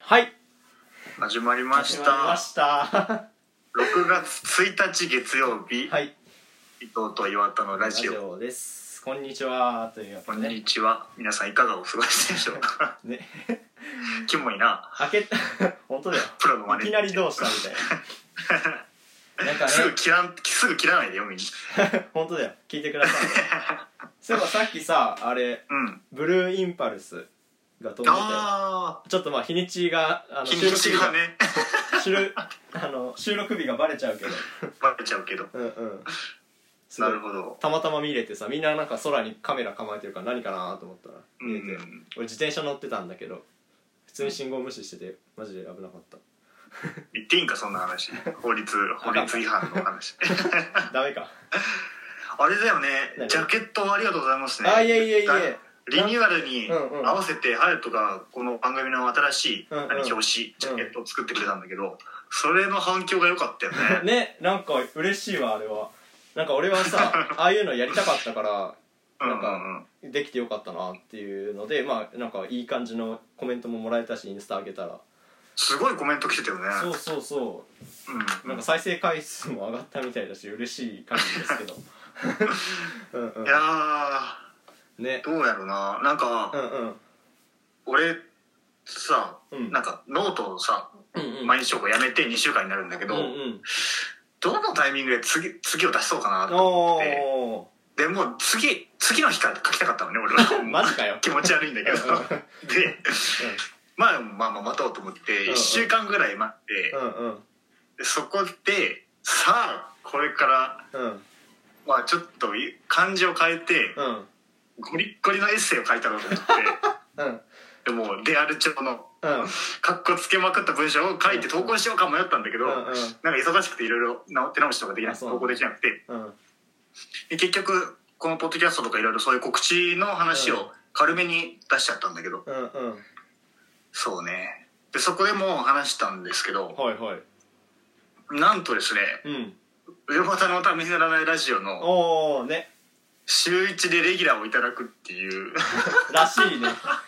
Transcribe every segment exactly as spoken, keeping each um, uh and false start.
はい、 始まりました。 始まりましたろくがつついたち月曜日、 はい、 伊藤と岩田のラジオ。 ラジオです。こんにちはというわけで、ね、 こんにちは。皆さんいかがお過ごしでしょうかねキモいな。 開け本当だよ。 プロの真似。 いきなりどうしたみたいな。なんかね、 すぐ切らんすぐ切らないでよみんな。 本当だよ。聞いてください、ね。そういえばさっきさあれ、うん、ブルーインパルスが飛んでて、あちょっとまあ日にちがあの日にちがね収録あの収録日がバレちゃうけどバレちゃうけどうんうんなるほど。 たまたま見れてさ、みんななんか空にカメラ構えてるから何かなと思ったら見れて、うん、俺自転車乗ってたんだけど普通に信号無視しててマジで危なかった言っていいんかそんな話。法律法律違反の話ダメか。 あれだよね、ジャケットありがとうございますね。 あ、いえいえいえ。 リニューアルに合わせてハヤトがこの番組の新しい表紙ジャケットを作ってくれたんだけど、それの反響が良かったよねね、なんか嬉しいわあれは。なんか俺はさああいうのやりたかったからなんかできてよかったなっていうので、まあなんかいい感じのコメントももらえたし、インスタ上げたらすごいコメント来てたよね。 そうそうそう、うんうん、なんか再生回数も上がったみたいだし嬉しい感じですけどうん、うん、 いやー、ね、どうやろうな。なんか、うんうん、俺さ、うん、なんかノートをさ、うんうん、毎日投稿やめてにしゅうかんになるんだけど、うんうん、どのタイミングで 次, 次を出しそうかなと思って、でもう次次の日から書きたかったのね俺はマジかよ気持ち悪いんだけどで、うん、まあまあまあ待とうと思っていっしゅうかんぐらい待って、うんうん、でそこでさあこれから、うん、まあちょっと漢字を変えて、うん、ゴリッゴリのエッセイを書いたのと思って、うん、でもレアル調のカッコつけまくった文章を書いて投稿しようか迷ったんだけど、うんうん、なんか忙しくていろいろ直って直しとかできなくて投稿できなくて、うん、で結局このポッドキャストとかいろいろそういう告知の話を軽めに出しちゃったんだけど、うんうん、そうね。でそこでも話したんですけど、はいはい、なんとですね、うん上端のためにならないラジオのお、ね、週いちでレギュラーをいただくっていうらしいね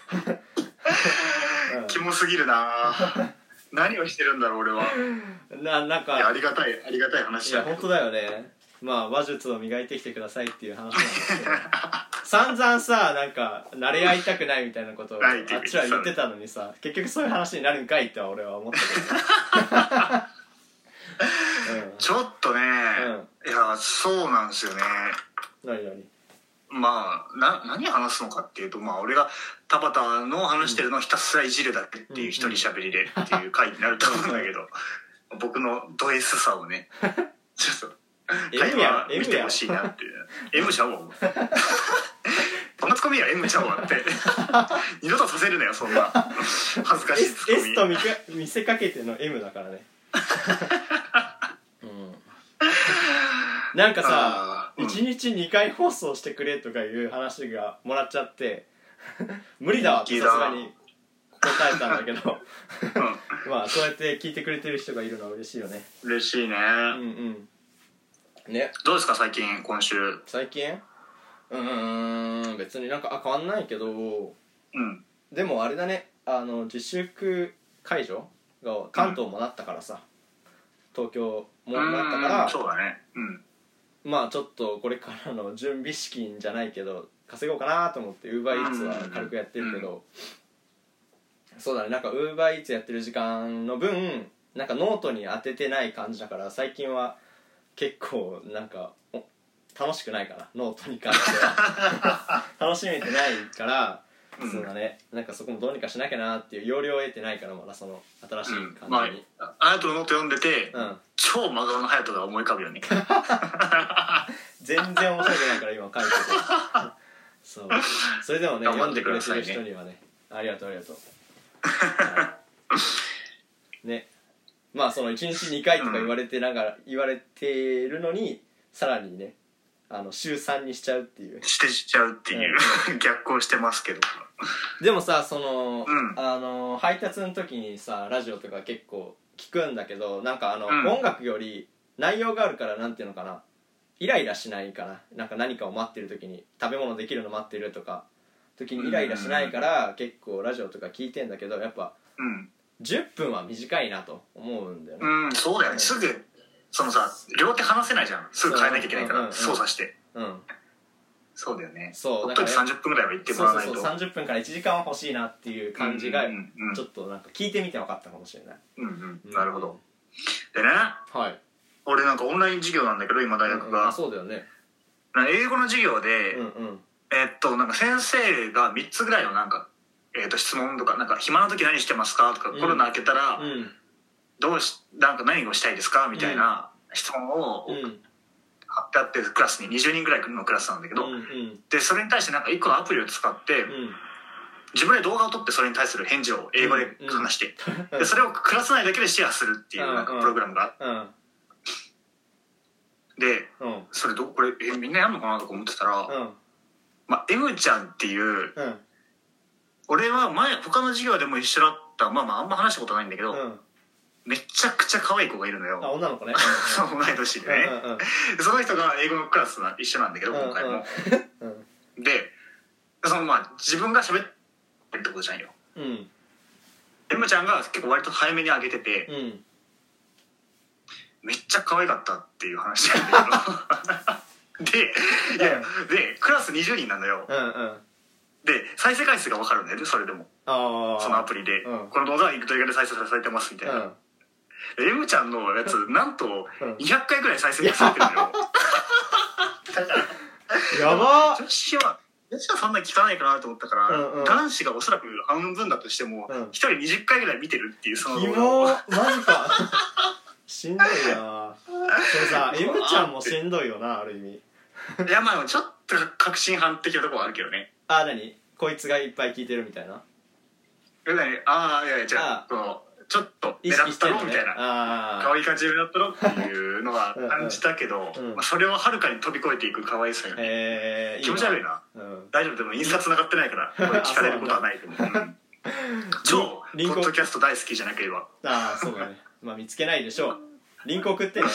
キモすぎるな何をしてるんだろう俺は。 な、なんかいやありがたいありがたい話だ。 いや本当だよね。まあ話術を磨いてきてくださいっていう話なんですけど散々さなんか慣れ合いたくないみたいなことをあっちは言ってたのにさ結局そういう話になるんかいっては俺は思ったけどうん、ちょっとね、うん、いやそうなんですよね。 何何まあな何話すのかっていうと、まあ俺が田畑の話してるのをひたすらいじるだけっていう一人喋りでっていう回になると思うんだけど、うんうん、僕のド S さをねちょっと会話見てほしいなっていう M ちゃうわこのツッコミは M ちゃうわって二度とさせるなよそんな恥ずかしいツッコミ S, S と見, か見せかけての M だからねうん、なんかさ、うん、いちにちにかい放送してくれとかいう話がもらっちゃって無理だわってさすがに答えたんだけど、うん、まあそうやって聞いてくれてる人がいるのは嬉しいよね。 嬉しいね。うんうんね。どうですか最近今週。 最近うーん別になんかあ変わんないけど、うん、でもあれだね、あの自粛解除が関東もなったからさ、うん、東京もなったからそうだね、うん、 まあちょっとこれからの準備資金じゃないけど稼ごうかなと思って UberEats は軽くやってるけど、うん、そうだね、なんか UberEats やってる時間の分なんかノートに当ててない感じだから最近は結構なんか楽しくないかな、ノートに関しては楽しめてないから、うん、そうだね、なんかそこもどうにかしなきゃなっていう要領を得てないからまだその新しい感じに、うんまあ、あやとのノート読んでて、うん、超真顔のハヤトが思い浮かぶよね全然面白くないから今書いててそうそれでもね読んでくれてる人にはねありがとうありがとう、はい、ねまあそのいちにちにかいとか言われてながら、うん、言われてるのにさらにねあの週さんにしちゃうっていうしてしちゃうっていう、うん、逆行してますけどでもさその、うん、あの配達の時にさラジオとか結構聞くんだけどなんかあの、うん、音楽より内容があるからなんていうのかなイライラしないかな、なんか何かを待ってる時に食べ物できるの待ってるとか時にイライラしないから、うん、結構ラジオとか聞いてんだけどやっぱ、うん、 じゅっぷんは短いなと思うんだよね。 うんそうだよね、すぐそのさ両手離せないじゃん、すぐ変えなきゃいけないから、うんうんうん、操作して、 うん、そうだよね。そうほっといてさんじゅっぷんぐらいは行ってもらわないと。 そうそうそうさんじゅっぷんからいちじかんは欲しいなっていう感じがちょっとなんか聞いてみて分かったかもしれない。 うんうん、うん、なるほど。でね、 はい、 俺なんかオンライン授業なんだけど今大学が、うんうん、 あそうだよね。 英語の授業で、 うんうん、 えー、っとなんか先生がみっつぐらいのなんか、えー、っと質問とかなんか暇な時何してますかとか、うん、コロナ明けたら、うん、どうしなんか何をしたいですかみたいな質問を、うん貼ってあってクラスににじゅうにんぐらいのクラスなんだけど、うんうん、でそれに対してなんかいっこのアプリを使って、うん、自分で動画を撮ってそれに対する返事を英語で話して、うんうん、でそれをクラス内だけでシェアするっていうなんかプログラムが、うんうん、で、うん、それどこれえみんなやるのかなとか思ってたら、うんまあ、M ちゃんっていう、うん、俺は前他の授業でも一緒だったまあまああんま話したことないんだけど、うんめちゃくちゃ可愛い子がいるのよ。 あ、女の子ね。 そう、同い年でね、うんうんうん。その人が英語のクラスが一緒なんだけど、今回も。うんうん、で、そのまあ、自分が喋ってるってことじゃんよ。うん。M ちゃんが結構割と早めに上げてて、うん、めっちゃ可愛かったっていう話なんだけど。で、いや、で、クラスにじゅうにんなんだよ。うんうん。で、再生回数が分かるんだよね、それでも。あそのアプリで、うん。この動画はどれぐらいで再生されてますみたいな。うんM ちゃんのやつなんとにひゃっかいぐらい再生されてるのよだからやば女子は女子はそんな聞かないかなと思ったから、うんうん、男子がおそらく半分だとしても、うん、ひとりにじゅっかいぐらい見てるっていうその動画をマジかしんどいなそれさ M ちゃんもしんどいよなある意味いやまあちょっと確信犯的なところはあるけどね。 あ何こいつがいっぱい聞いてるみたいなえ何ああいやいやじゃあこのちょっと狙ったろ、ね、みたいな可愛い感じで狙ったろっていうのは感じたけどうん、まあ、それをはるかに飛び越えていく可愛さよね、えー、気持ち悪いな、うん、大丈夫でもインスタ繋がってないからこれ聞かれることはないと思う、うん、超ポッドキャスト大好きじゃなければああそうだねまあ見つけないでしょうリンク送ってね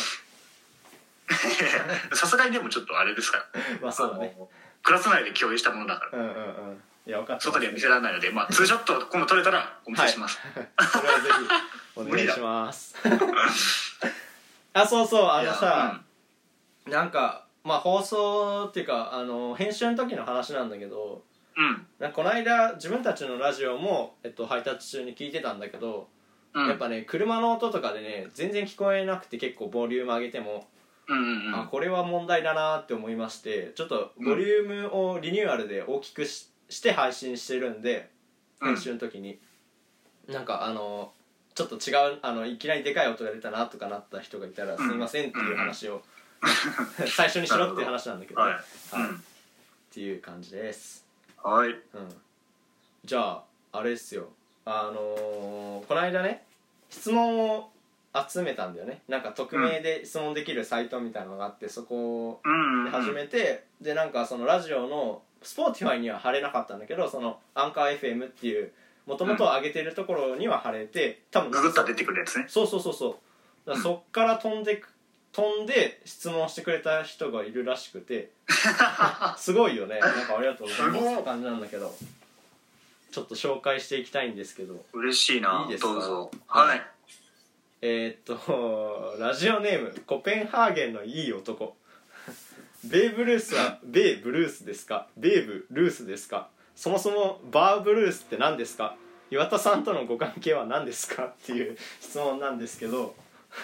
さすがにでもちょっとあれですからまあそうだねクラス内で共有したものだからうんうんうんいや分かった外では見せられないので、まあ、ツーショット今度撮れたらお見せします、 はい、それはぜひお願いしますあそうそうあのさ、うん、なんかまあ放送っていうかあの編集の時の話なんだけど、うん、なんかこの間自分たちのラジオも、えっと、配達中に聞いてたんだけど、うん、やっぱね車の音とかでね全然聞こえなくて結構ボリューム上げてもうんうんうん、あこれは問題だなって思いましてちょっとボリュームをリニューアルで大きくしして配信してるんで編集の時に、うん、なんかあのちょっと違うあのいきなりでかい音が出たなとかなった人がいたら、うん、すいませんっていう話を、うん、最初にしろっていう話なんだけど、はいはいうん、っていう感じです。 はい、うん、 じゃああれですよあのー、この間ね質問を集めたんだよね。なんか匿名で質問できるサイトみたいなのがあってそこで始めてでなんかそのラジオのSpotify には貼れなかったんだけどそのアンカー エフエム っていうもともと上げてるところには貼れて多分ググったら出てくるやつね。 そうそうそうそうだからそっから飛んで飛んで質問してくれた人がいるらしくてすごいよね。なんかありがとうございますって感じなんだけどちょっと紹介していきたいんですけど嬉しいないいですか。 どうぞ。はい、 えー、っとラジオネームコペンハーゲンのいい男ベーブ・ルースはベーブ・ルースですかベーブ・ルースですかそもそもバーブ・ルースって何ですか岩田さんとのご関係は何ですかっていう質問なんですけど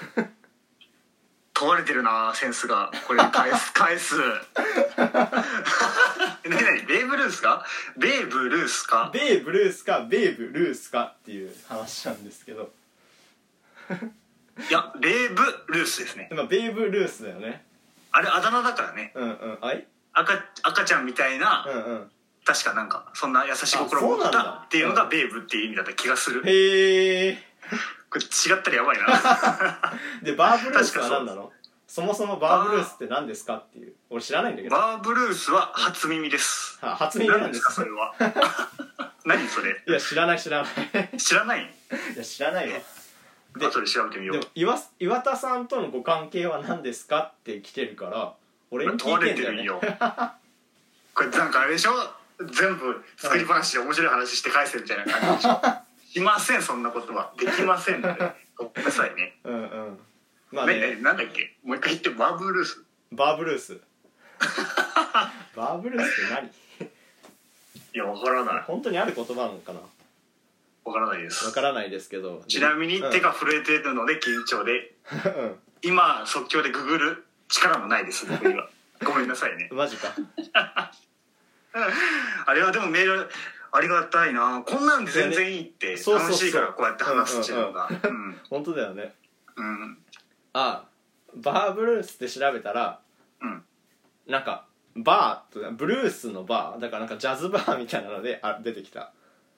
問われてるなセンスがこれ返す返す何何ベーブ・ルースかベーブ・ルースかベーブ・ルースかベーブ・ルースかっていう話なんですけどいやベーブ・ルースですね。 ベーブ・ルースだよね。 あれあだ名だからね。 うんうんあい赤, 赤ちゃんみたいな、うんうん、確かなんかそんな優しい心を持ったっていうのがベーブっていう意味だった気がする。 へえこれ違ったらやばいなでバーブルースは何なの そ, そもそもバーブルースって何ですかっていう俺知らないんだけど。 バーブルースは初耳です、 うん、初耳なんですかそれは何それ。 いや知らない知らない知らない。 いや知らないよ。 で後で調べてみよう。 でも 岩, 岩田さんとのご関係は何ですかって来てるから俺に聞いてんだよね。 問われてるよこれなんかあれでしょ全部作り話で面白い話して返せみたいな感じでしょしません、そんなことはできませんのでごめんなさいね。 うんうん。まあね、 ね、なんだっけ、もう一回言って。バーブルースバーブルースバーブルースって何？ いや、わからない。 本当にある言葉なのかな。 わからないです。 わからないですけど、 ちなみに手が震えてるので緊張で、 うん、 今即興でググる力もないです僕には。ごめんなさいね。 マジかあれはでもメールありがたいな。こんなんで全然いいって、楽しいからこうやって話すっていうのが本当だよね。 うん。 あ、バーブルースって調べたら、 うん、 なんかバーとブルースのバーだからなんかジャズバーみたいなのであ出てきた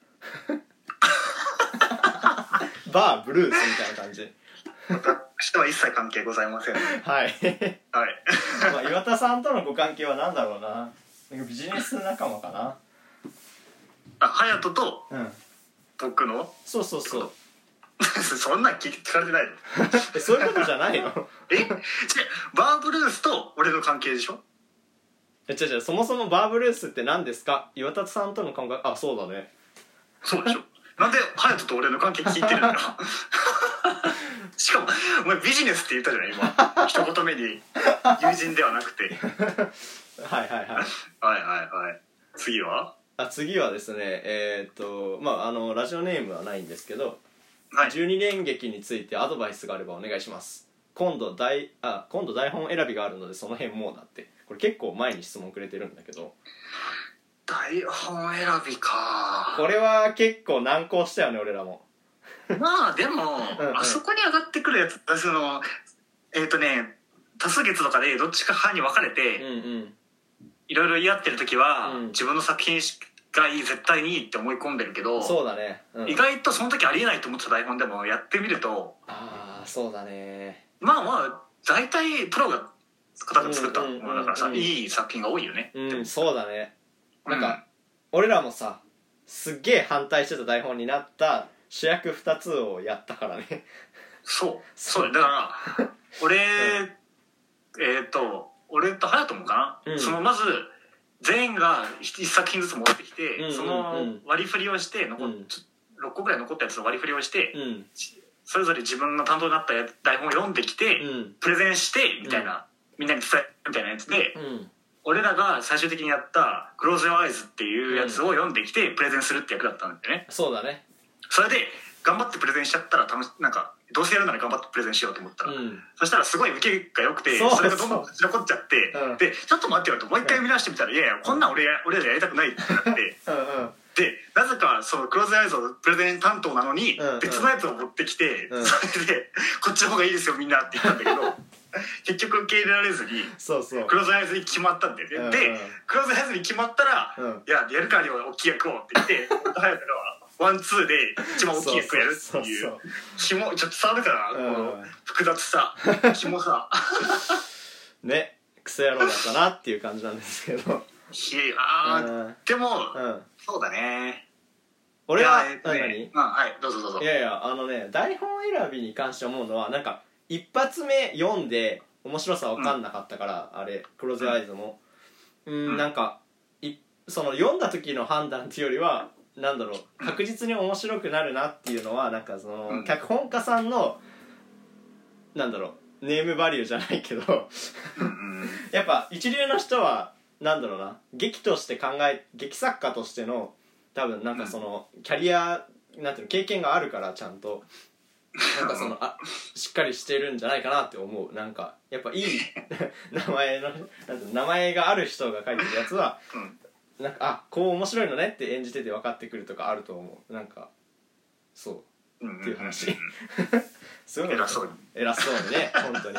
バーブルースみたいな感じ。 私は一切関係ございません。はいはいはい。 まあ岩田さんとのご関係は何だろうな。なんかビジネス仲間かな。 あ、隼人とうん僕の、 そうそうそうそんなん聞かれてないのえ、そういうことじゃないのえ、違う、バーブルースと俺の関係でしょ。 え、違う違う、そもそもバーブルースって何ですか。岩田さんとの感覚。あ、そうだね。 そうでしょ。なんで隼人と俺の関係聞いてるんだしかもお前ビジネスって言ったじゃない今一言目に。友人ではなくてはいはいはいはいはいはい。次はあ次はですね、えー、っとまああのラジオネームはないんですけど、 はい、 じゅうに連劇についてアドバイスがあればお願いします。今度台あ今度台本選びがあるのでその辺もうだって。これ結構前に質問くれてるんだけど、 台本選びか。 これは結構難航したよね俺らもまあでもうん、うん、 あそこに上がってくるやつ、そのえっ、ー、とね多数決とかでどっちか派に分かれて、 うんうん、 いろいろ言い合ってる時は、 うん、 自分の作品がいい絶対にいいって思い込んでるけど、 そうだね、うん、意外とその時ありえないと思ってた台本でもやってみると、 ああそうだね、 まあまあ大体プロが方が作ったものだからさ、うんうんうんうん、いい作品が多いよね。 うん、そうだね。なんか、うん、俺らもさすっげえ反対してた台本になった主役ふたつをやったからねそうそうだから俺、うん、えっ、ー、と俺と隼人もかな、うん、そのまず全員が一作品ずつ持ってきて、うんうんうん、その割り振りをして残、うん、ろっこぐらい残ったやつの割り振りをして、うん、それぞれ自分の担当になった台本を読んできて、うん、プレゼンしてみたいな、うん、みんなに伝えるみたいなやつで、うん、俺らが最終的にやった「Close Your Eyes」っていうやつを読んできてプレゼンするって役だったんだよね。 そうだね。 それで頑張ってプレゼンしちゃったら楽しなんかどうせやるなら頑張ってプレゼンしようと思ったら、うん、そしたらすごい受けが良くて、 そ, それがどんどん勝ち残っちゃって、うん、でちょっと待ってよともう一回見直してみたら、うん、いやいやこんなん 俺, 俺らやりたくないってなってうん、うん、でなぜかそのクローズアイズをプレゼン担当なのに、うんうん、別のやつを持ってきて、うん、それでこっちの方がいいですよみんなって言ったんだけど結局受け入れられずにそうそうクローズアイズに決まったんだよね、うんうん、でクローズアイズに決まったら、うん、いややるからには大きい役をって言って俺と隼人はワンツーで一番大きい役やるっていうキモちょっと伝わるかな、うん、この複雑さキモさねクソ野郎だったなっていう感じなんですけどいや、うん、でも、うん、そうだね。 俺は、 えーね、何、あ、はいどうぞどうぞ。 いやいやあのね台本選びに関して思うのはなんか一発目読んで面白さ分かんなかったから、うん、あれクローズアイズもうん、うん、なんかいその読んだ時の判断っていうよりはなんだろう確実に面白くなるなっていうのはなんかその、うん、脚本家さんのなんだろうネームバリューじゃないけどやっぱ一流の人はなんだろうな劇として考え劇作家としての多分なんかそのキャリアなんていうの経験があるからちゃんとなんかそのあしっかりしてるんじゃないかなって思う。なんかやっぱいい名前のなんていうの名前がある人が書いてるやつはなんかあこう面白いのねって演じてて分かってくるとかあると思う。なんかそう、うん、っていう話すごい偉そうに偉そうにね本当に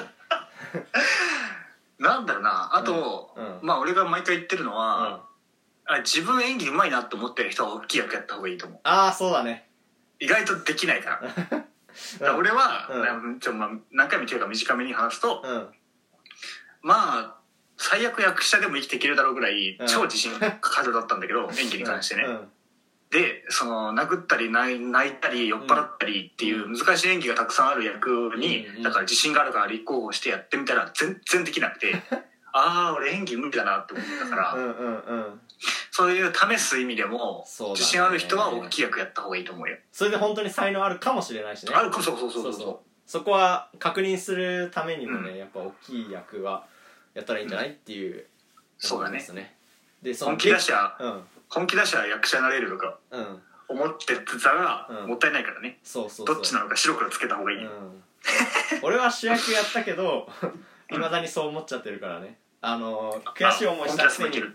なんだろうなあと、うんうん、まあ俺が毎回言ってるのは、うん、あ自分演技うまいなって思ってる人は大きい役やった方がいいと思う。 ああそうだね。 意外とできないからだから俺は、うん、ちょまあ何回も言ってるから短めに話すと、うん、まあ最悪役者でも生きていけるだろうぐらい超自信過剰だったんだけど、うん、演技に関してね、うんうん、でその殴ったり泣いたり酔っ払ったりっていう難しい演技がたくさんある役に、うん、だから自信があるから立候補してやってみたら全然できなくてああ俺演技無理だなって思ったから、 うんうんうん、 そういう試す意味でも、ね、自信ある人は大きい役やった方がいいと思うよ。 それで本当に才能あるかもしれないしね。 あるか、そうそうそうそうそう。 そこは確認するためにもね、うん、やっぱ大きい役はやったらいいんじゃないっていう、うん、 そうだね。 でその本気出しゃ、うん、本気出しゃ役者になれるとか、うん、思ってたら、うん、もったいないからね。 そうそうそう。 どっちなのか白黒つけた方がいいよ。うん、 俺は主役やったけどいまだにそう思っちゃってるからね。あのー、悔しい思いしたくせに、うん、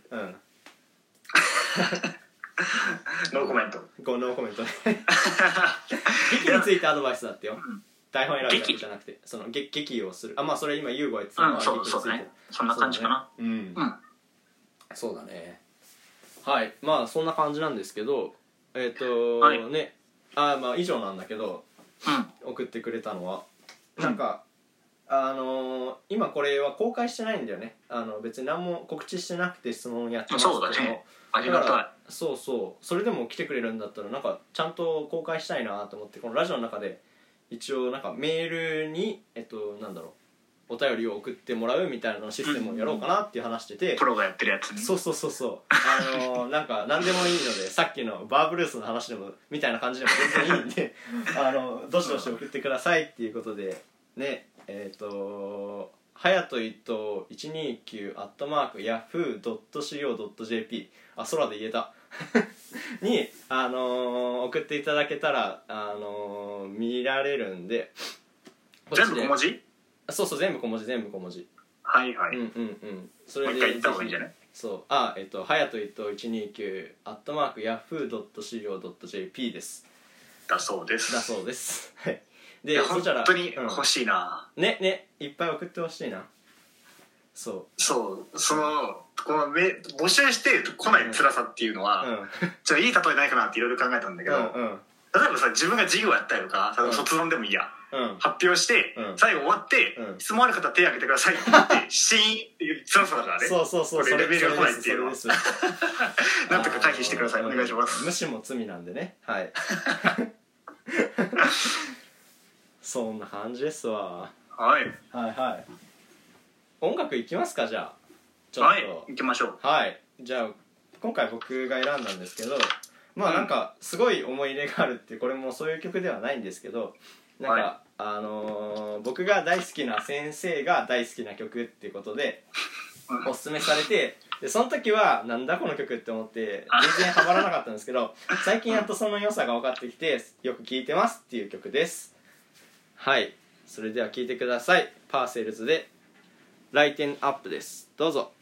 ノーコメント。 ごノーコメントね。劇についてアドバイスだってよ。台本選ぶだけじゃなくて、その劇劇をする。あ、まあそれ今優吾が言ってたのは劇について、うん、そうそうね。 そんな感じかな。 そうだね。うん。うん、そうだね。はい、まあそんな感じなんですけど、えっ、ー、と、はい、ね、あ、まあ以上なんだけど、うん、送ってくれたのはなんか。あのー、今これは公開してないんだよね。あの別に何も告知してなくて質問やってますけど、 そうだね、ありがたい。 そうそう、それでも来てくれるんだったらなんかちゃんと公開したいなと思って、このラジオの中で一応なんかメールにえっとなんだろうお便りを送ってもらうみたいなシステムをやろうかなっていう話してて、うん、 プロがやってるやつね。 そうそうそうそう、あのー、なんか何でもいいのでさっきのバーブルースの話でもみたいな感じでも全然いいんであのどしどし送ってくださいっていうことでね。えっ、ー、とはやといといちにきゅうアットマークヤフードットシーオードットジェーピー あ、空で言えたに、あのー、送っていただけたら、あのー、見られるんで、 全部小文字？ そうそう、全部小文字、全部小文字。 はいはい。 うんうんうん。それでもう一回言った方がいいんじゃない？ そう、あ、えっ、ー、とはやといといちにきゅうアットマークヤフードットシーオードットジェーピー です。 だそうです。 だそうです。はい。で本当に欲しいな、 うん、ねね、いっぱい送ってほしいな。そうそうそのこのめ募集して来ない辛さっていうのは、うん、ちょっといい例えないかなっていろいろ考えたんだけど、うんうん、例えばさ自分が授業やったりとか卒論でもいいや、うん、発表して、うん、最後終わって、うん、質問ある方手挙げてくださいって言ってシーンっていう辛さだからね。 そうそうそう、 これレベルが来ないっていうのはなんとか回避してください。お願いします。 無視も罪なんでね。はいそんな感じですわ。 はいはいはい。音楽いきますか、じゃあ。ちょっと。 はい、行きましょう。 はい。じゃあ今回僕が選んだんですけど、まあなんかすごい思い入れがあるって、これもそういう曲ではないんですけど、なんか、はい、あのー、僕が大好きな先生が大好きな曲っていうことでおすすめされて、でその時はなんだこの曲って思って全然ハマらなかったんですけど、最近やっとその良さが分かってきてよく聴いてますっていう曲です。はい、それでは聴いてください。パーセルズでライテンアップです。どうぞ。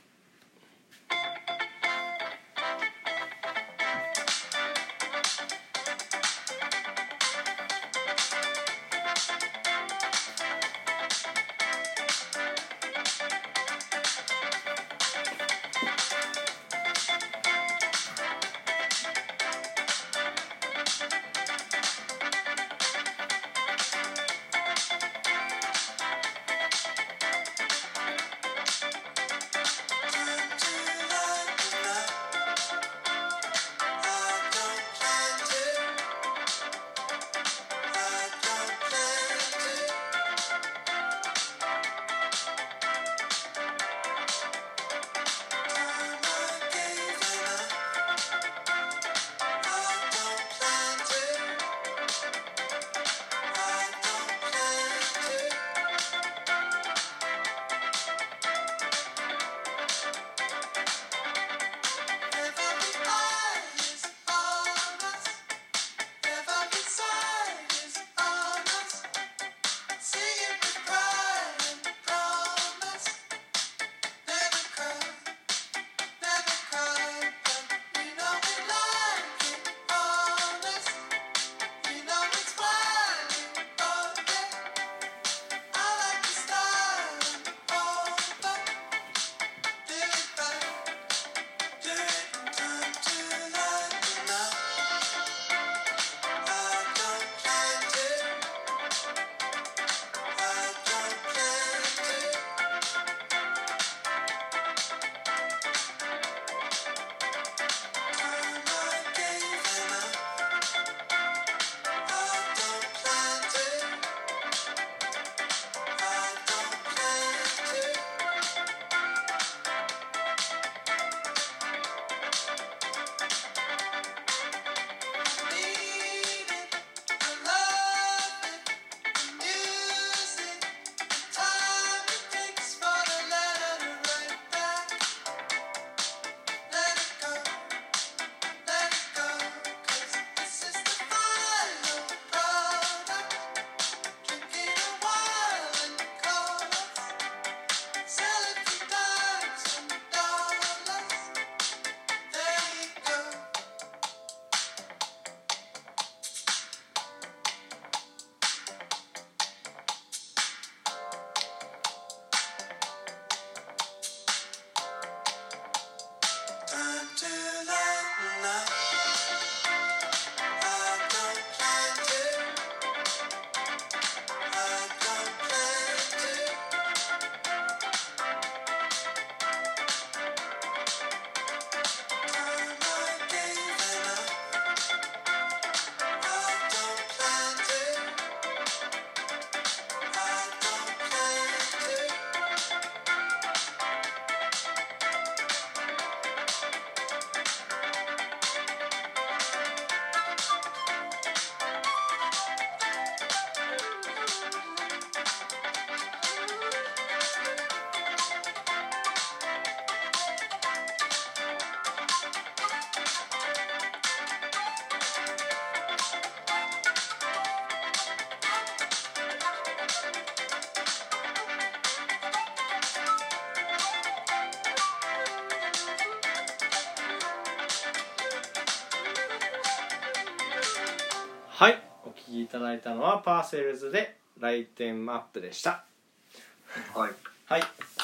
はい、お聴きいただいたのはパーセルズで来店マップでした。 はいはいね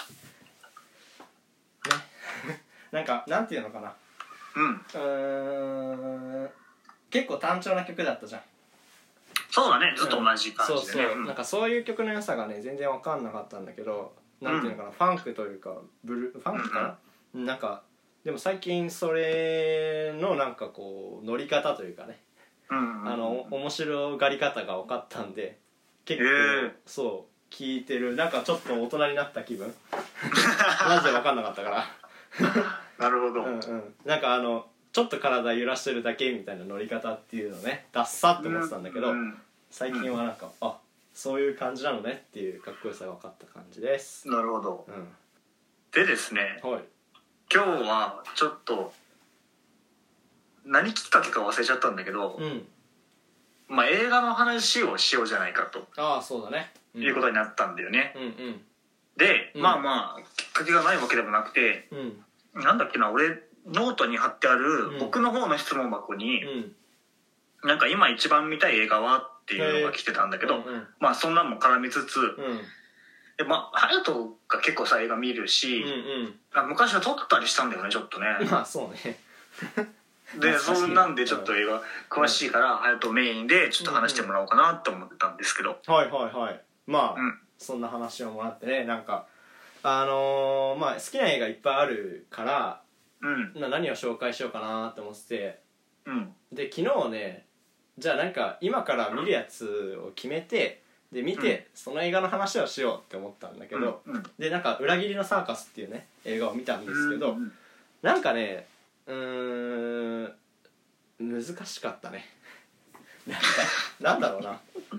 なんかなんていうのかな、 うんうーん結構単調な曲だったじゃん。 そうだね、ずっと同じ感じでね、 そうそう、うん、なんかそういう曲の良さがね全然分かんなかったんだけど、なんていうのかな、うん、ファンクというかブルファンクかな、うん、なんかでも最近それのなんかこう乗り方というかね、うんうんうん、あの面白がり方が分かったんで結構、えー、そう聴いてる、なんかちょっと大人になった気分マジで分かんなかったからなるほど、 うんうん、なんかあのちょっと体揺らしてるだけみたいな乗り方っていうのねダッサって思ってたんだけど、うん、最近はなんか、うん、あそういう感じなのねっていうかっこよさが分かった感じです。 なるほど、 うん、 でですね、 はい、 今日はちょっと何きっかけか忘れちゃったんだけど、うん、まあ映画の話をしようじゃないかとああそうだね、 うん、いうことになったんだよね、 うんうん、 で、うん、まあまあきっかけがないわけでもなくて、うん、なんだっけな、俺ノートに貼ってある僕の方の質問箱に、うん、なんか今一番見たい映画はっていうのが来てたんだけど、うんうん、まあそんなんも絡みつつ、うん、でまあ隼人が結構さ映画見るし、うんうん、あ昔は撮ったりしたんだよねちょっとね。 まあそうねでそんなんでちょっと映画詳しいから隼人メインでちょっと話してもらおうかなと思ってたんですけど、 うんうん、はいはいはい、まあ、うん、そんな話をもらってね、なんかあのー、まあ好きな映画いっぱいあるからうん、何を紹介しようかなって思ってて、うん、で昨日ねじゃあなんか今から見るやつを決めてで見て、うん、その映画の話をしようって思ったんだけど、うんうん、でなんか裏切りのサーカスっていうね映画を見たんですけど、うんうん、なんかねうーん難しかったねなんかなんだろうな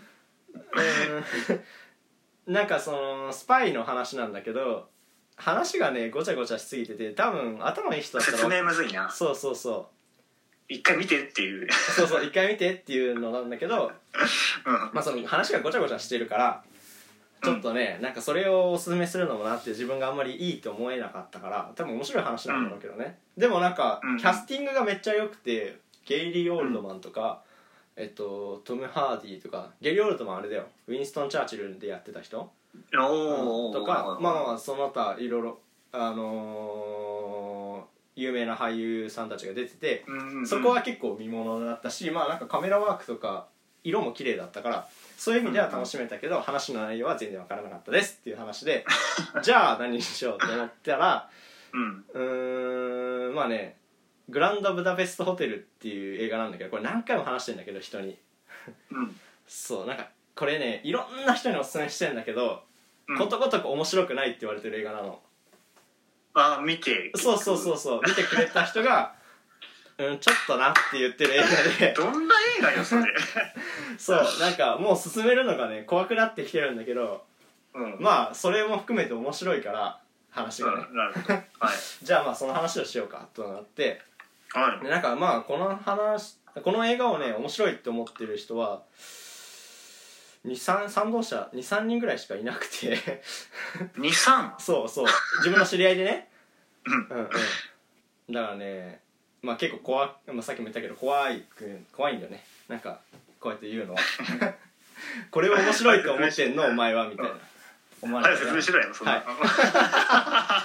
うーんなんかそのスパイの話なんだけど話がねごちゃごちゃしすぎてて多分頭いい人だったら説明むずいな。 そうそうそう一回見てっていうそうそう一回見てっていうのなんだけど、うん、まあその話がごちゃごちゃしてるからちょっとね、うん、なんかそれをおすすめするのもなって自分があんまりいいと思えなかったから多分面白い話なんだろうけどね、うん、でもなんか、うん、キャスティングがめっちゃ良くてゲイリー・オールドマンとか、うん、えっとトム・ハーディとかゲイリー・オールドマンあれだよウィンストン・チャーチルでやってた人お、 うん、とかまあまあその他いろいろあのー、有名な俳優さんたちが出てて、うんうん、そこは結構見ものだったしまあなんかカメラワークとか色も綺麗だったからそういう意味では楽しめたけど、うんうん、話の内容は全然わからなかったですっていう話でじゃあ何にしようと思ったら、うん、うーんまあねグランドブダペストホテルっていう映画なんだけどこれ何回も話してんだけど人に、うん、そうなんかこれねいろんな人におすすめしてんだけど、うん、ことごとく面白くないって言われてる映画なの。 あ見てそうそうそうそう見てくれた人がうんちょっとなって言ってる映画でどんな映画よそれそうなんかもう進めるのがね怖くなってきてるんだけど、うん、まあそれも含めて面白いから話がね、 うん、なるほど、はい、 じゃあまあその話をしようかとなって、 はい、 でなんかまあこの話この映画をね面白いって思ってる人はにさん賛同者 にさんにんぐらいしかいなくてにさんそうそう自分の知り合いでねうんうんうんだからねまあ結構怖、まあ、さっきも言ったけど怖い怖いんだよねなんかこうやって言うのはこれを面白いと思ってんのお前はみたいな思われて説明しろよそんな、はい、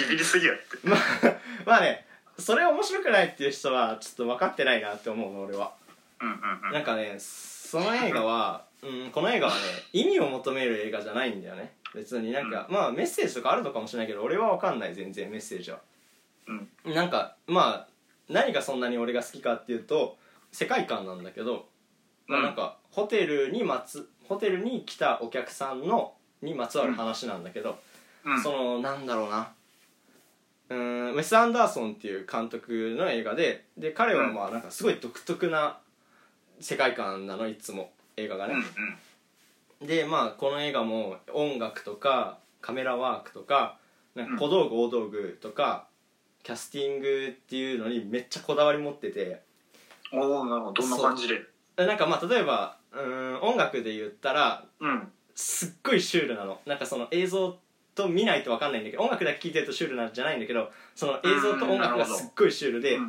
ビビりすぎやってまあ、まあねそれ面白くないっていう人はちょっと分かってないなって思うの俺は、うんうんうん、なんかねその映画は、うん、この映画はね意味を求める映画じゃないんだよね別になんか、うん、まあメッセージとかあるのかもしれないけど俺は分かんない全然メッセージは、うん、なんかまあ何がそんなに俺が好きかっていうと世界観なんだけど、うん、まあなんかホテルにまつホテルに来たお客さんのにまつわる話なんだけど、うん、そのなんだろうなうーんウェス・アンダーソンっていう監督の映画でで彼はまあなんかすごい独特な世界観なのいつも映画がね、うんうん、でまあこの映画も音楽とかカメラワークとかなんか小道具大道具とかキャスティングっていうのにめっちゃこだわり持ってておおなるほどどんな感じでなんかまあ例えばうーん音楽で言ったら、うん、すっごいシュールなのなんかその映像と見ないと分かんないんだけど音楽だけ聴いてるとシュールなんじゃないんだけどその映像と音楽がすっごいシュールで、うんうん、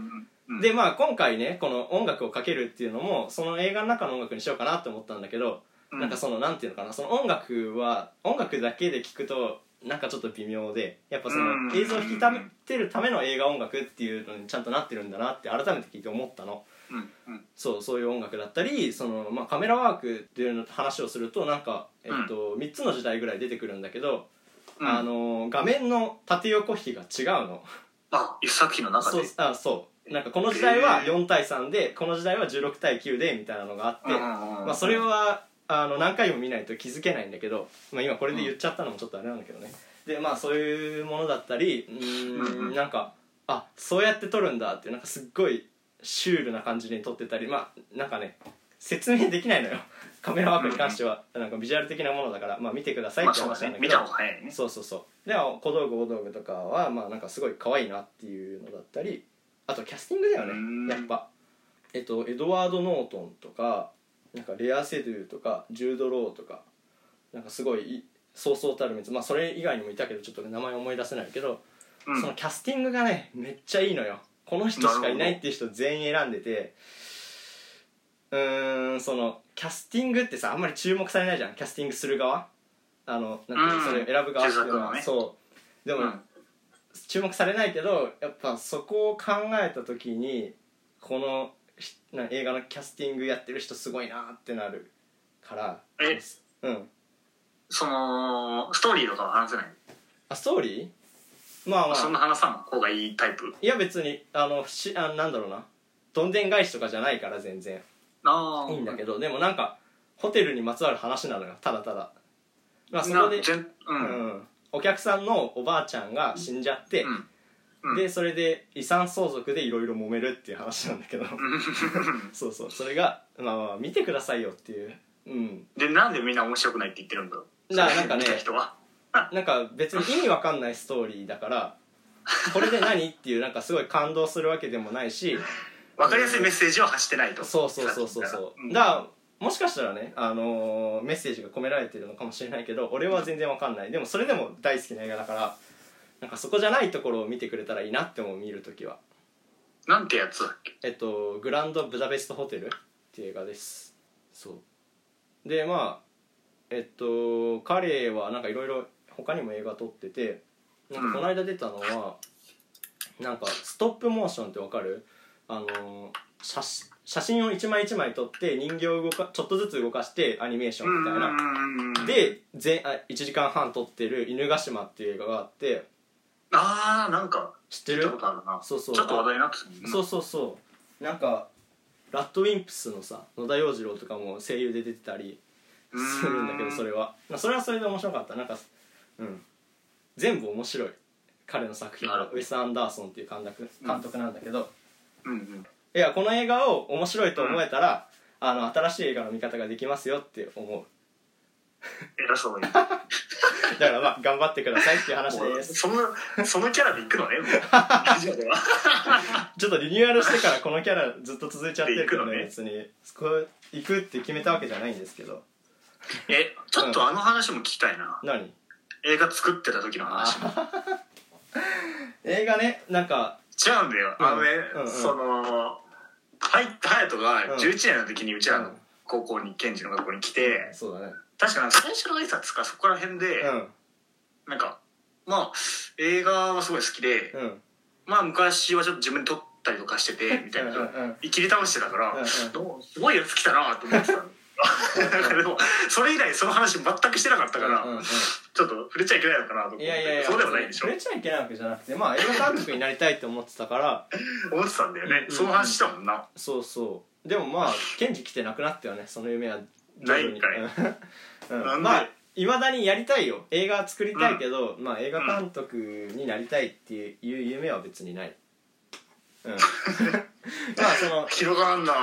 うん、 でまあ今回ねこの音楽をかけるっていうのもその映画の中の音楽にしようかなって思ったんだけど、うん、なんかそのなんていうのかな、その音楽は音楽だけで聴くとなんかちょっと微妙で、やっぱその映像を引き立てるための映画音楽っていうのにちゃんとなってるんだなって改めて聞いて思ったの。 うんうん、 そうそういう音楽だったりその、まあ、カメラワークっていうの話をするとなんか、えっと、みっつの時代ぐらい出てくるんだけど、うん、あの画面の縦横比が違うの。 あ、一作品の中で。 そうあそうなんかこの時代はよんたいさんでこの時代はじゅうろくたいきゅうでみたいなのがあって、まあ、それはあの何回も見ないと気づけないんだけど、まあ、今これで言っちゃったのもちょっとあれなんだけどね。でまあそういうものだったりうーんなんかあそうやって撮るんだっていうなんかすっごいシュールな感じに撮ってたり、まあなんかね説明できないのよカメラワークに関しては、なんかビジュアル的なものだから、まあ、見てくださいって話なんだけど、まあそうね、見た方が早いね。そうそうそうで小道具大道具とかはまあなんかすごい可愛いなっていうのだったり、あとキャスティングだよねやっぱ。えっとエドワード・ノートンとかなんかレア・セドゥとかジュード・ローとかなんかすごいそうそうたるメンツ、まあそれ以外にもいたけどちょっと名前思い出せないけど、うん、そのキャスティングがねめっちゃいいのよ。この人しかいないっていう人全員選んでて、うーんそのキャスティングってさあんまり注目されないじゃん、キャスティングする側あのなんていうの、それを選ぶ側っていうのは、ね、そうでも、うん、注目されないけどやっぱそこを考えた時にこのな映画のキャスティングやってる人すごいなってなるから。 えうんそのストーリーとかは話せない？ あストーリーまあまあそんな話さん方がいいタイプ？ いや別にあのしあなんだろうなどんでん返しとかじゃないから全然あいいんだけど、でもなんかホテルにまつわる話なのよただただ。まあそこで、うんうん、お客さんのおばあちゃんが死んじゃって、うんうん、でそれで遺産相続でいろいろ揉めるっていう話なんだけどそうそうそれがまあまあ見てくださいよっていう。うん、 でなんでみんな面白くないって言ってるんだろう。 だなんかねなんか別に意味わかんないストーリーだからこれで何っていうなんかすごい感動するわけでもないしわかりやすいメッセージを発してないと。 そうそうそうそうそう、うん、だからもしかしたらね、あのー、メッセージが込められてるのかもしれないけど俺は全然わかんない。でもそれでも大好きな映画だからなんかそこじゃないところを見てくれたらいいなって思う。見るときはなんてやつだっけ？ えっとグランドブダペストホテルっていう映画です。そうでまあえっと彼はなんかいろいろ他にも映画撮ってて、なんかこの間出たのは、うん、なんかストップモーションってわかる？あの写写真を一枚一枚撮って人形を動かちょっとずつ動かしてアニメーションみたいなでぜあいちじかんはん撮ってる犬ヶ島っていう映画があって、 あーなんか知ってる？そうそうちょっと話題になってた、 ね、そうそうそうなんかラッドウィンプスのさ野田洋次郎とかも声優で出てたりするんだけど、それはそれはそれで面白かった。なんかうん全部面白い彼の作品は。ウェス・アンダーソンっていう監督監督なんだけど、 うんうん、 いやこの映画を面白いと思えたら、うん、あの新しい映画の見方ができますよって思う。 偉そうにだからまあ頑張ってくださいっていう話です。 そのそのキャラでいくのねちょっとリニューアルしてからこのキャラずっと続いちゃってるけどね、別にこう行くって決めたわけじゃないんですけど。 えちょっとあの話も聞きたいな、 うん、何？ 映画作ってた時の話映画ねなんか違うんだよ、うん、あのね、うんうん、その入った隼人がじゅういちねんの時にうちらの高校に賢治の学校に来て、 うん、そうだね確か最初の挨拶かそこら辺で、うん、なんかまあ映画はすごい好きで、うん、まあ昔はちょっと自分で撮ったりとかしててみたいな生きり倒してたから、うんうん、すごいやつ来たなと思ってただけどそれ以来その話全くしてなかったから、うんうんうん、ちょっと触れちゃいけないのかなと思って。いやいやいやそうでもないでしょ。触れちゃいけないわけじゃなくてまあ映画監督になりたいって思ってたから思ってたんだよね、うんうん、その話したもんな。 そうそうでもまあ賢治来てなくなったよねその夢はないんかい、 うん、まあいまだにやりたいよ映画作りたいけど、うん、まあ映画監督になりたいっていう夢は別にない、うん、まあその広がんな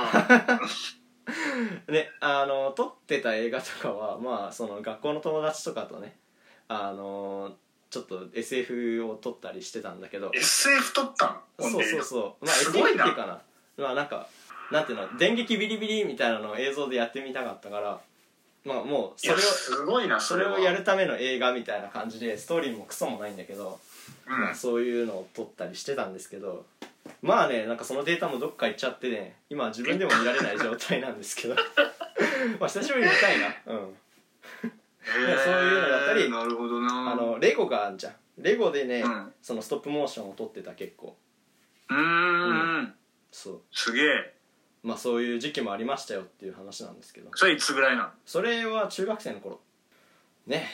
ねあの撮ってた映画とかはまあその学校の友達とかとねあのちょっと エスエフ を撮ったりしてたんだけど。 エスエフ 撮ったの？そうそうそうまあ エスエフ っていうかなまあなんかなんていうの電撃ビリビリみたいなのを映像でやってみたかったからまあもうそれをすごいなそれをやるための映画みたいな感じでストーリーもクソもないんだけど、うんまあ、そういうのを撮ったりしてたんですけどまあね、なんかそのデータもどっか行っちゃってね、今自分でも見られない状態なんですけどまあ久しぶりに見たいな。うんそういうのだったり、 なるほどな。 あのレゴがあんじゃん。レゴでね、 うん、 そのストップモーションを撮ってた結構。 うーん、うん、 そうすげえ。 まあそういう時期もありましたよっていう話なんですけど。 それいつぐらいなの？ それは中学生の頃ね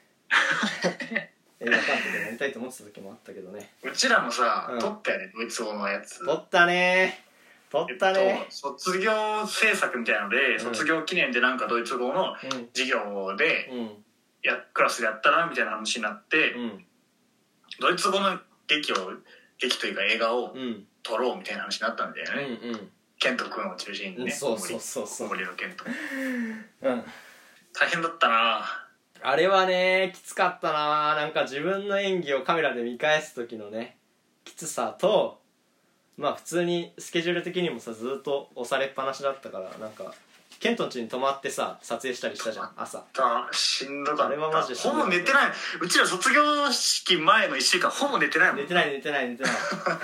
映画監督になりたいと思ってた時もあったけどね。 うちらもさ、 うん、 撮ったよね、ドイツ語のやつ。 撮ったね撮ったね、 えっと、卒業制作みたいなので、うん、卒業記念でなんかドイツ語の授業で、うんやクラスでやったらみたいな話になって、うん、ドイツ語の劇を劇というか映画を撮ろうみたいな話になったんだよね、うんうん、ケント君を中心にね、うん、 そうそうそうそう、 小森のケント、 うん、 大変だったなあれはね。きつかったな。なんか自分の演技をカメラで見返す時のねきつさと、まあ普通にスケジュール的にもさずっと押されっぱなしだったから、なんかケントん家に泊まってさ撮影したりしたじゃん朝。 しんどかった。 あれはマジでしんどかった。 ほぼ寝てない。うちら卒業式前のいっしゅうかんほぼ寝てないもん。 寝てない寝てない寝てない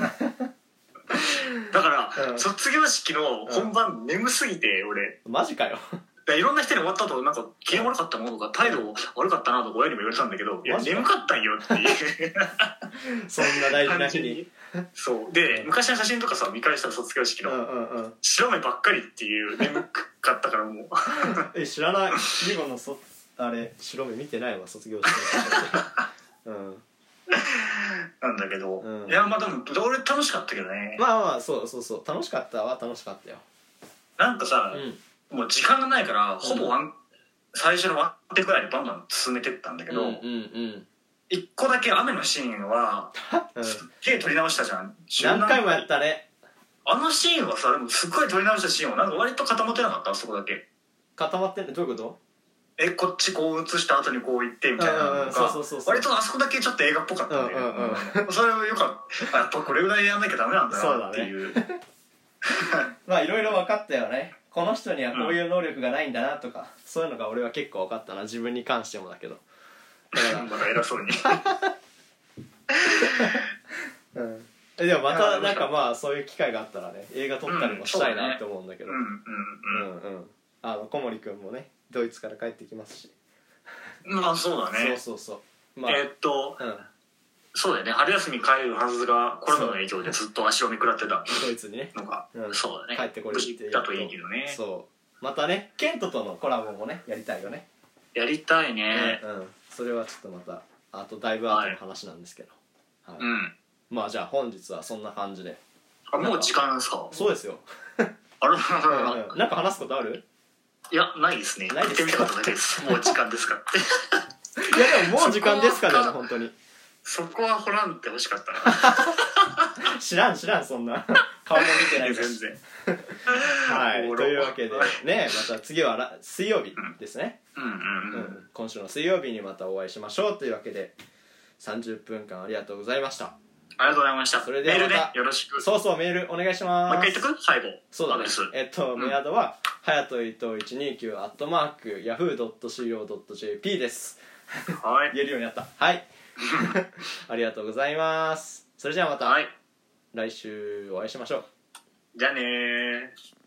だから、うん、卒業式の本番、うん、眠すぎて俺マジかよいろんな人に終わった後なんか機嫌悪かったものとか態度悪かったなとか親にも言われたんだけど、いや眠かったんよっていうそんな大事な日にそうで、うん、昔の写真とかさ見返したら卒業式の、うんうんうん、白目ばっかりっていう眠かったからもうえ知らないリゴのそあれ白目見てないわ卒業式の写真うんなんだけど、うん、いやまあでも俺楽しかったけどね。 まあまあそうそうそう楽しかったは楽しかったよ。 なんかさ、うん、もう時間がないからほぼワン、うん、最初のワンテくらいでバンバン進めてったんだけど、うんうんうん、一個だけ雨のシーンはすっげえ撮り直したじゃん。 何回もやったね。 あのシーンはさでもすっごい撮り直したシーンはなんか割と固まってなかった？あそこだけ固まってんの？どういうこと？ えこっちこう映した後にこう行ってみたいなのが割とあそこだけちょっと映画っぽかったんで、うんうんうん、それはよかった。やっぱこれぐらいやんなきゃダメなんだなっていう。そうだねまあいろいろ分かったよね。この人にはこういう能力がないんだなとか、うん、そういうのが俺は結構分かったな。自分に関してもだけど。 だからまだ偉そうに、 うん、えでもまたなんかまあそういう機会があったらね映画撮ったりもしたいなって思うんだけど、うんうんうんうん、あの小森くんもねドイツから帰ってきますし。 まあそうだね。 そうそうそう、まあ、 えー、っと、うん、そうだよね。春休み帰るはずがコロナの影響でずっと足を見食らってたドイツにねのが、 うん、 そうだね。 帰ってこれるってだといいけどね。 そうまたねケントとのコラボもねやりたいよね。 やりたいね、 うん、うん、それはちょっとまたあとだいぶ後の話なんですけど、はいはい、うん、まあじゃあ本日はそんな感じで。 あもう時間ですか？ そうですよあれうん、なんか話すことある？ いやないですね。 ないですか？ 見てみたかっただけです。もう時間ですかっていやでももう時間ですかね本当に。 そこは掘らんってほしかったな知らん知らんそんな顔も見てない全然はいというわけでねまた次は水曜日ですね、 うんうんうんうんうん、今週の水曜日にまたお会いしましょうというわけでさんじゅっぷんかんありがとうございました。 ありがとうございました。 それではまたメールねよろしく。 そうそうメールお願いします。 もう一回言ってく最後。 そうだねえっと、うん、メアドははやといといちにきゅうアットマークヤフードットシーオードットジェーピー ですはい言えるようになったはいありがとうございます。それじゃあまた、はい、来週お会いしましょう。 じゃあねー。